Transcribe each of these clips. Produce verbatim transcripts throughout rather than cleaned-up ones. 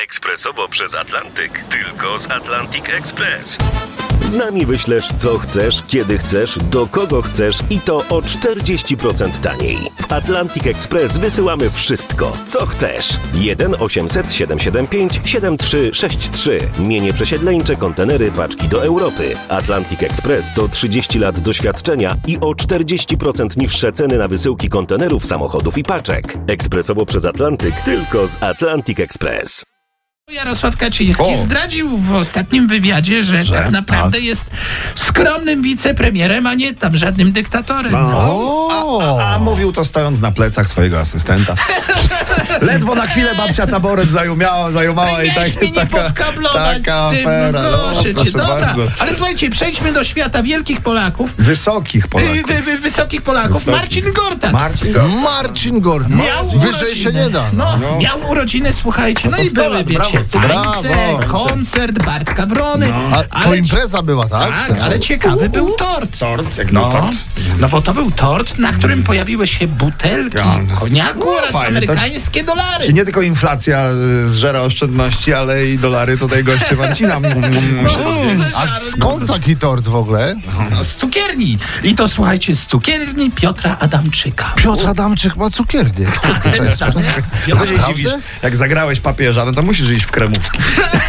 Ekspresowo przez Atlantyk. Tylko z Atlantic Express. Z nami wyślesz co chcesz, kiedy chcesz, do kogo chcesz i to o czterdzieści procent taniej. W Atlantic Express wysyłamy wszystko, co chcesz. jeden osiemset siedemset siedemdziesiąt pięć siedemdziesiąt trzy sześćdziesiąt trzy. Mienie przesiedleńcze, kontenery, paczki do Europy. Atlantic Express to trzydzieści lat doświadczenia i o czterdzieści procent niższe ceny na wysyłki kontenerów, samochodów i paczek. Ekspresowo przez Atlantyk, tylko z Atlantic Express. Jarosław Kaczyński O. zdradził w ostatnim wywiadzie, że, Że? tak naprawdę Tak. jest skromnym wicepremierem, a nie tam żadnym dyktatorem. No, a, a, a mówił to stojąc na plecach swojego asystenta. Ledwo na chwilę babcia taboret zajumała, zajumała i tak, Weź mnie nie taka, podkablować taka z tym, afera. no, proszę cię, proszę dobra. bardzo. Ale słuchajcie, przejdźmy do świata wielkich Polaków, Wysokich y, Polaków. wy, wy, wysokich Polaków. Wysokich. Marcin Gortat. Marcin Gortat. Marcin Gortat. Miał Wyżej urodziny. się nie da. No, No. miał urodziny, słuchajcie, no, to i były, sto lat, wiecie, brawo, tańce, brawo. koncert Bartka Wrony. A to ale, impreza była, tak? tak, ale ciekawy był tort. Tort, jak No, no tort. no bo to był tort, na którym pojawiły się butelki Ja. koniaku No, oraz fajne, to- amerykańskie dolary. Czyli nie tylko inflacja y, zżera oszczędności, ale i dolary tutaj goście Marcina. Mm, muszę powiedzieć. A skąd taki tort w ogóle? No, z cukierni. I to słuchajcie, z cukierni Piotra Adamczyka. Piotr Adamczyk ma cukiernię. Ten sam, Ja co się Naprawdę? dziwisz, jak zagrałeś papieża, no to musisz iść w kremówki.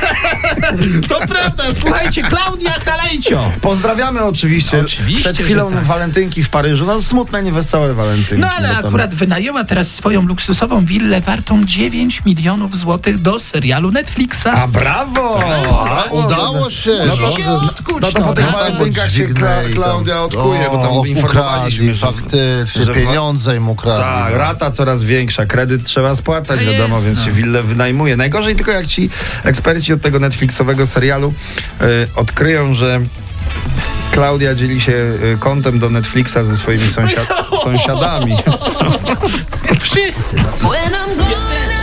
To prawda, słuchajcie, Klaudia Halejcio. Pozdrawiamy oczywiście. Oczywiście, Przed chwilą że tak. walentynki w Paryżu. No smutne, niewesołe walentynki. No ale bo tam- akurat wynajęła teraz swoją luksusową willę wartą dziewięć milionów złotych do serialu Netflixa. A brawo! A, udało się. No to No, się odkuć. No to po tych no. walentynkach się Kla- Klaudia odkuje, bo tam O, informowaliśmy, ukradli, że... faktycznie, że wa- pieniądze im ukradli. Tak, no. rata coraz większa, kredyt trzeba spłacać, No wiadomo, jest, więc no. się willę wynajmuje. Najgorzej tylko jak ci eksperci od tego Netflixowego serialu y, odkryją, że Klaudia dzieli się y, kontem do Netflixa ze swoimi sąsiad- sąsiadami. Wszyscy. No co? When I'm gone